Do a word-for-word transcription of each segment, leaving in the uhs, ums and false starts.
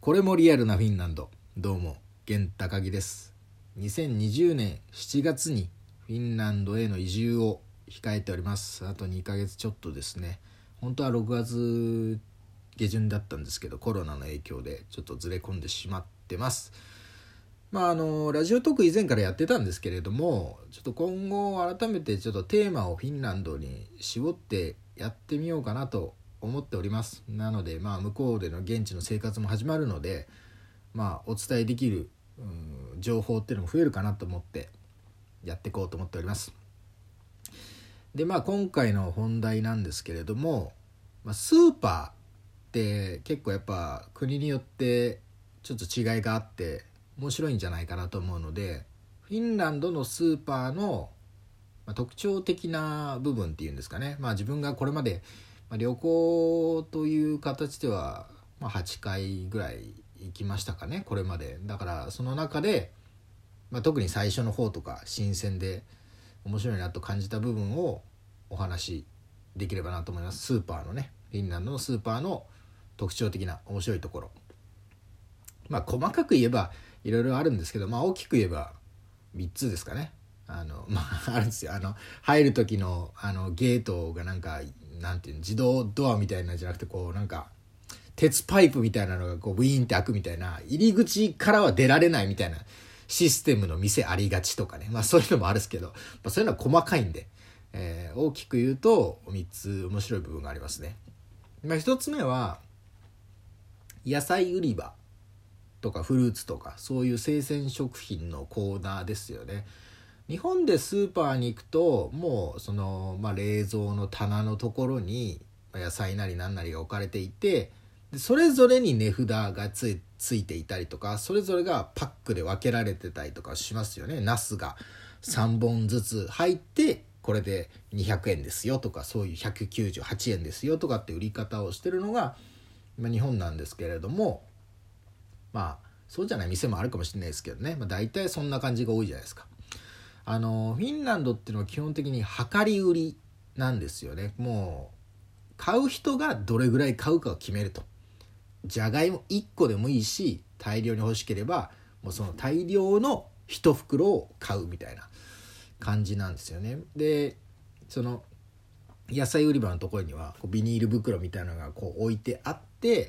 これもリアルなフィンランド。どうも源高木です。にせんにじゅうねんしちがつにフィンランドへの移住を控えております。あとにかげつちょっとですね。本当はろくがつげじゅんだったんですけど、コロナの影響でちょっとずれ込んでしまってます。まああのラジオトーク以前からやってたんですけれども、ちょっと今後改めてちょっとテーマをフィンランドに絞ってやってみようかなと思っております。なのでまあ向こうでの現地の生活も始まるので、まあお伝えできる、うん、情報っていうのも増えるかなと思ってやっていこうと思っております。でまあ今回の本題なんですけれども、まあ、スーパーって結構やっぱ国によってちょっと違いがあって面白いんじゃないかなと思うので、フィンランドのスーパーの特徴的な部分っていうんですかね、まあ自分がこれまで旅行という形でははちかいぐらい行きましたかね、これまで。だからその中で、まあ、特に最初の方とか新鮮で面白いなと感じた部分をお話しできればなと思います。スーパーのね、フィンランドのスーパーの特徴的な面白いところ、まあ細かく言えばいろいろあるんですけど、まあ大きく言えばみっつですかね。あのまああるんですよ。あの入る時のあのゲートがなんかなんていうの、自動ドアみたいなんじゃなくて、こうなんか鉄パイプみたいなのがこうウィーンって開くみたいな、入り口からは出られないみたいなシステムの店ありがちとかね、まあそういうのもあるんですけど、まあ、そういうのは細かいんで、えー、大きく言うとみっつ面白い部分がありますね。まあ、ひとつめは野菜売り場とかフルーツとかそういう生鮮食品のコーナーですよね。日本でスーパーに行くともうその、まあ、冷蔵の棚のところに野菜なり何なりが置かれていて、でそれぞれに値札がつ い, ついていたりとか、それぞれがパックで分けられてたりとかしますよね。ナスがさんぼんずつ入ってこれでにひゃくえんですよとか、そういうひゃくきゅうじゅうはちえんですよとかって売り方をしてるのが、まあ、日本なんですけれども、まあそうじゃない店もあるかもしれないですけどね、まあ、大体そんな感じが多いじゃないですか。あのフィンランドっていうのは基本的に量り売りなんですよね。もう買う人がどれぐらい買うかを決めると。じゃがいもいっこでもいいし、大量に欲しければもうその大量のいち袋を買うみたいな感じなんですよね。でその野菜売り場のところにはこうビニール袋みたいなのがこう置いてあって、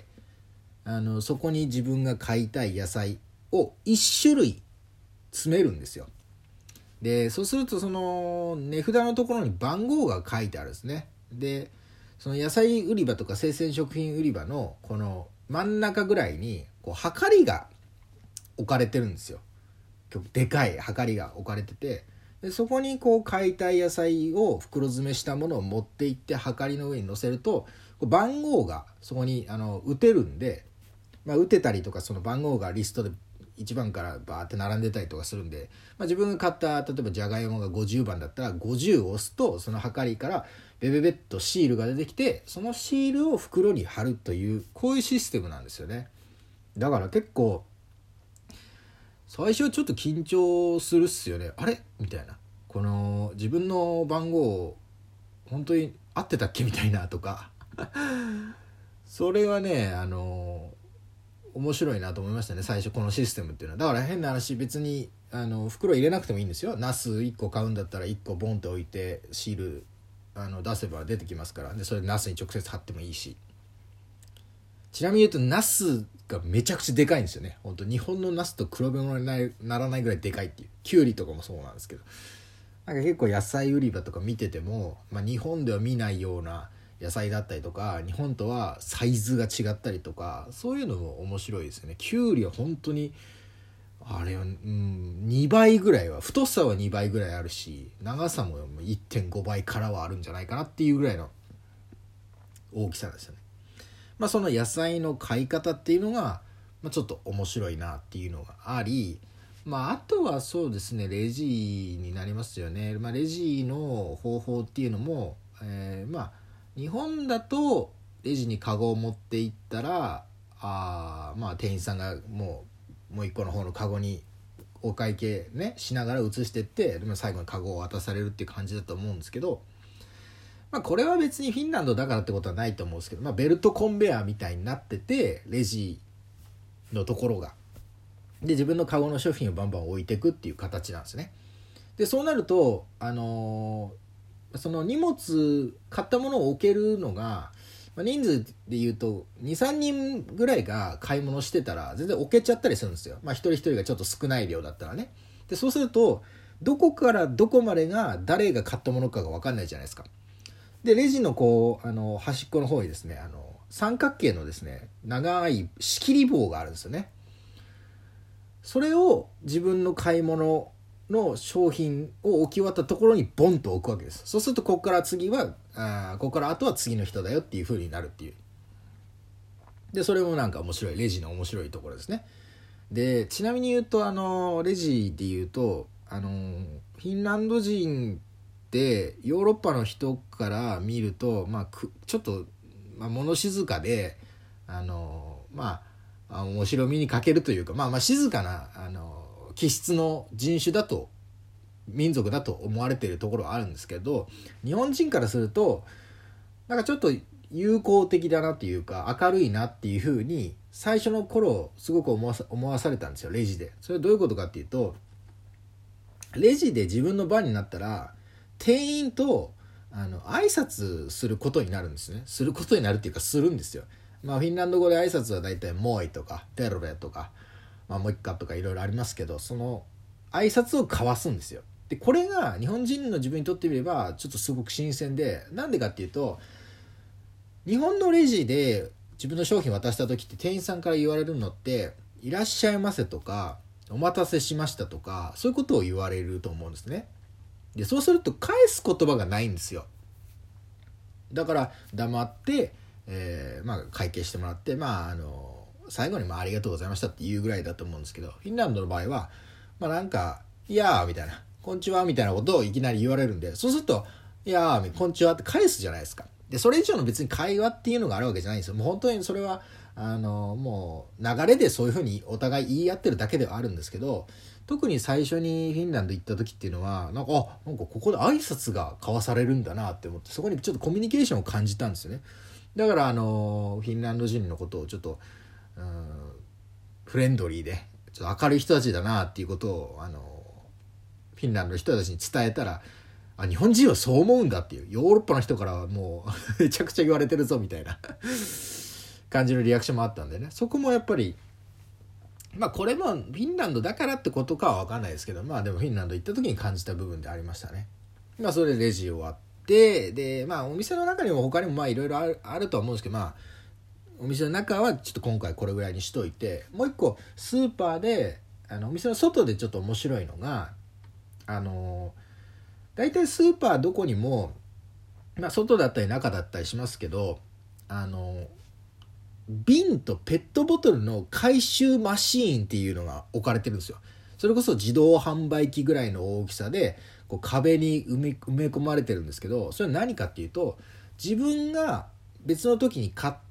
あのそこに自分が買いたい野菜をいち種類詰めるんですよ。でそうするとその値札のところに番号が書いてあるんですね。でその野菜売り場とか生鮮食品売り場のこの真ん中ぐらいにこうはかりが置かれてるんですよ。でかいはかりが置かれてて、でそこにこう買いたい野菜を袋詰めしたものを持っていってはかりの上に乗せると、番号がそこにあの打てるんで、まあ、打てたりとか、その番号がリストでいちばんからバーって並んでたりとかするんで、まあ、自分が買った例えばじゃがいもがごじゅうばんだったらごじゅうを押すとそのはかりからベベベッとシールが出てきて、そのシールを袋に貼るという、こういうシステムなんですよね。だから結構最初はちょっと緊張するっすよね。あれみたいな、この自分の番号本当に合ってたっけみたいなとかそれはねあの面白いなと思いましたね、最初このシステムっていうのは。だから変な話、別にあの袋入れなくてもいいんですよ。ナスいっこ買うんだったらいっこボンって置いてシールあの出せば出てきますから。でそれナスに直接貼ってもいいし、ちなみに言うとナスがめちゃくちゃでかいんですよね。本当日本のナスと比べ物にならないぐらいでかいっていう。キュウリとかもそうなんですけど、なんか結構野菜売り場とか見てても、まあ、日本では見ないような野菜だったりとか、日本とはサイズが違ったりとか、そういうのも面白いですよね。キュウリは本当にあれは、うん、にばいぐらいは、太さはにばいぐらいあるし、長さも いってんごばいからはあるんじゃないかなっていうぐらいの大きさですよね。まあその野菜の買い方っていうのが、まあ、ちょっと面白いなっていうのがあり、まああとはそうですね、レジになりますよね。まあレジの方法っていうのも、えー、まあ日本だとレジにカゴを持っていったら、あまあ店員さんがもうもう一個の方のカゴにお会計ねしながら移していって、でも最後にカゴを渡されるっていう感じだと思うんですけど、まあこれは別にフィンランドだからってことはないと思うんですけど、まあベルトコンベヤーみたいになってて、レジのところが。で自分のカゴの商品をバンバン置いていくっていう形なんですね。でそうなると、あのー、その荷物買ったものを置けるのが、まあ、人数でいうと にさんにんぐらいが買い物してたら全然置けちゃったりするんですよ。まあ一人一人がちょっと少ない量だったらね。でそうするとどこからどこまでが誰が買ったものかが分かんないじゃないですか。でレジのこうあの端っこの方にですね、あの三角形のですね長い仕切り棒があるんですよね。それを自分の買い物の商品を置き終わったところにボンと置くわけです。そうするとここから次はあここからあとは次の人だよっていう風になるっていう。でそれもなんか面白い、レジの面白いところですね。でちなみに言うと、あのレジで言うと、あのフィンランド人ってヨーロッパの人から見ると、まあ、くちょっと、まあ、物静かで、あのまあ面白みに欠けるというか、まあ、まあ静かなあの気質の人種だと、民族だと思われているところはあるんですけど、日本人からするとなんかちょっと友好的だなっていうか明るいなっていう風に最初の頃すごく思わさ、思わされたんですよ、レジで。それはどういうことかっていうと、レジで自分の番になったら店員とあの挨拶することになるんですね。することになるっていうかするんですよ。まあフィンランド語で挨拶はだいたいモイとかテロレとか、まあ、もう一回とかいろいろありますけど、その挨拶を交わすんですよ。でこれが日本人の自分にとってみればちょっとすごく新鮮で、なんでかっていうと、日本のレジで自分の商品渡した時って店員さんから言われるのっていらっしゃいませとかお待たせしましたとか、そういうことを言われると思うんですね。でそうすると返す言葉がないんですよ。だから黙って、えーまあ、会計してもらって、まあ、あの最後にまあありがとうございましたっていうぐらいだと思うんですけど、フィンランドの場合は、まあ、なんかいやーみたいな、こんにちはみたいなことをいきなり言われるんで、そうするといやーこんにちはって返すじゃないですか。でそれ以上の別に会話っていうのがあるわけじゃないんですよ。もう本当にそれはあのもう流れでそういうふうにお互い言い合ってるだけではあるんですけど、特に最初にフィンランド行った時っていうのはなんかあなんかここで挨拶が交わされるんだなって思って、そこにちょっとコミュニケーションを感じたんですよね。だからあのフィンランド人のことをちょっとうんフレンドリーでちょっと明るい人たちだなっていうことをあのフィンランドの人たちに伝えたら、あ日本人はそう思うんだっていう、ヨーロッパの人からはもうめちゃくちゃ言われてるぞみたいな感じのリアクションもあったんでね、そこもやっぱりまあこれもフィンランドだからってことかは分かんないですけど、まあでもフィンランド行った時に感じた部分でありましたね。まあそれでレジ終わって、でまあお店の中にも他にもまあいろいろあるあるとは思うんですけど、まあお店の中はちょっと今回これぐらいにしといて、もう一個スーパーであのお店の外でちょっと面白いのが、あの大体スーパーどこにも、まあ、外だったり中だったりしますけど、あの瓶とペットボトルの回収マシーンっていうのが置かれてるんですよ。それこそ自動販売機ぐらいの大きさでこう壁に埋め、埋め込まれてるんですけど、それは何かっていうと、自分が別の時に買って、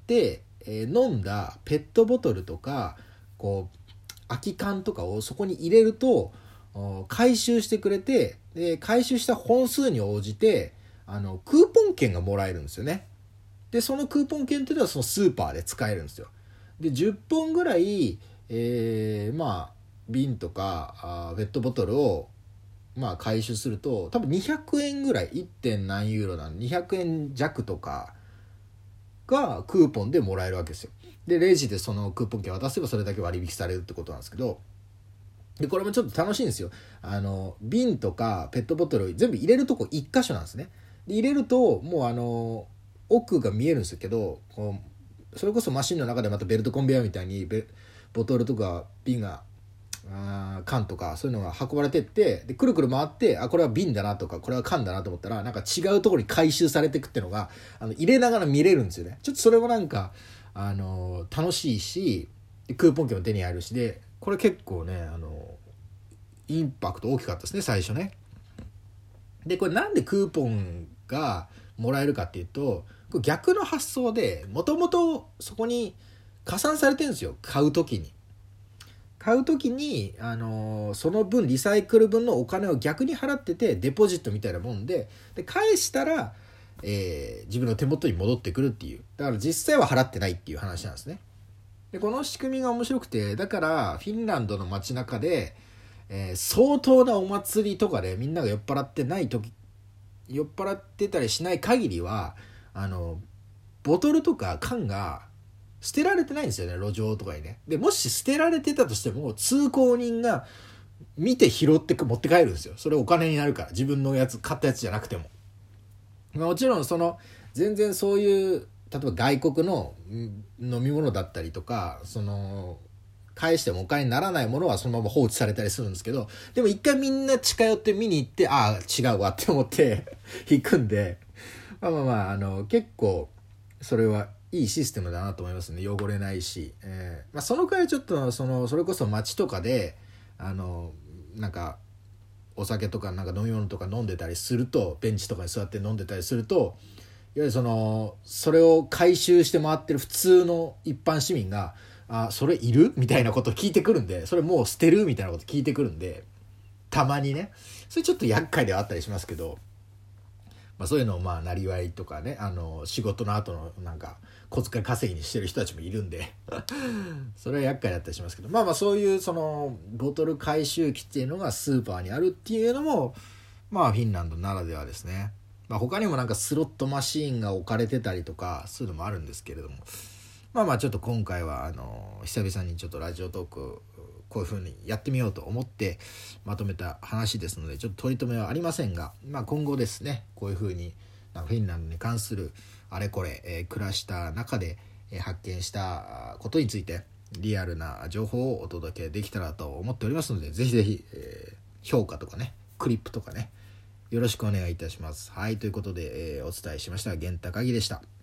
えー、飲んだペットボトルとかこう空き缶とかをそこに入れると回収してくれて、で回収した本数に応じてあのクーポン券がもらえるんですよね。でそのクーポン券っていうのはそのスーパーで使えるんですよ。でじゅっぽんぐらい、えー、まあ瓶とかあペットボトルをまあ回収すると多分にひゃくえんぐらい いってん 何ユーロなんでにひゃくえん弱とかがクーポンでもらえるわけですよ。でレジでそのクーポン券渡せばそれだけ割引されるってことなんですけど、でこれもちょっと楽しいんですよ。あの瓶とかペットボトル全部入れるとこいっ箇所なんですね。で入れるともうあの奥が見えるんですけど、こうそれこそマシンの中でまたベルトコンベヤーみたいにベボトルとか瓶があ缶とかそういうのが運ばれてって、でくるくる回って、あこれは瓶だなとかこれは缶だなと思ったらなんか違うところに回収されていくっていうのがあの入れながら見れるんですよね。ちょっとそれもなんかあの楽しいし、クーポン券も手に入るしで、これ結構ねあのインパクト大きかったですね最初ね。でこれなんでクーポンがもらえるかっていうと、これ逆の発想でもともとそこに加算されてるんですよ。買うときに買うときに、あのー、その分リサイクル分のお金を逆に払っててデポジットみたいなもんで、で返したら、えー、自分の手元に戻ってくるっていう、だから実際は払ってないっていう話なんですね。 でこの仕組みが面白くて、だからフィンランドの街中で、えー、相当なお祭りとかでみんなが酔っ払ってない時、酔っ払ってたりしない限りはあのボトルとか缶が捨てられてないんですよね、路上とかにね。でもし捨てられてたとしても通行人が見て拾って持って帰るんですよ。それお金になるから、自分のやつ買ったやつじゃなくても。もちろんその全然そういう例えば外国の飲み物だったりとか、その返してもお金にならないものはそのまま放置されたりするんですけど、でも一回みんな近寄って見に行って、ああ違うわって思って引くんで、まあまあまあ、あの結構それはいいシステムだなと思いますね。汚れないし、えーまあ、そのくらいちょっとそのそれこそ街とかであのなんかお酒とかなんか飲み物とか飲んでたりすると、ベンチとかに座って飲んでたりすると、いわゆるそのそれを回収して回ってる普通の一般市民が、あそれいるみたいなこと聞いてくるんで、それもう捨てるみたいなこと聞いてくるんで、たまにね、それちょっと厄介ではあったりしますけど、まあ、そういうのをまあなりわいとかね、あの仕事の後のなんか小遣い稼ぎにしてる人たちもいるんでそれは厄介だったりしますけど、まあまあそういうそのボトル回収機っていうのがスーパーにあるっていうのもまあフィンランドならではですね。まあ、他にもなんかスロットマシーンが置かれてたりとかそういうのもあるんですけれども、まあまあちょっと今回はあの久々にちょっとラジオトークこういう風にやってみようと思ってまとめた話ですので、ちょっと取り留めはありませんが、まあ、今後ですねこういう風にフィンランドに関するあれこれ、えー、暮らした中で発見したことについてリアルな情報をお届けできたらと思っておりますので、ぜひぜひ、えー、評価とかねクリップとかねよろしくお願いいたします。はい、ということで、えー、お伝えしました源高木でした。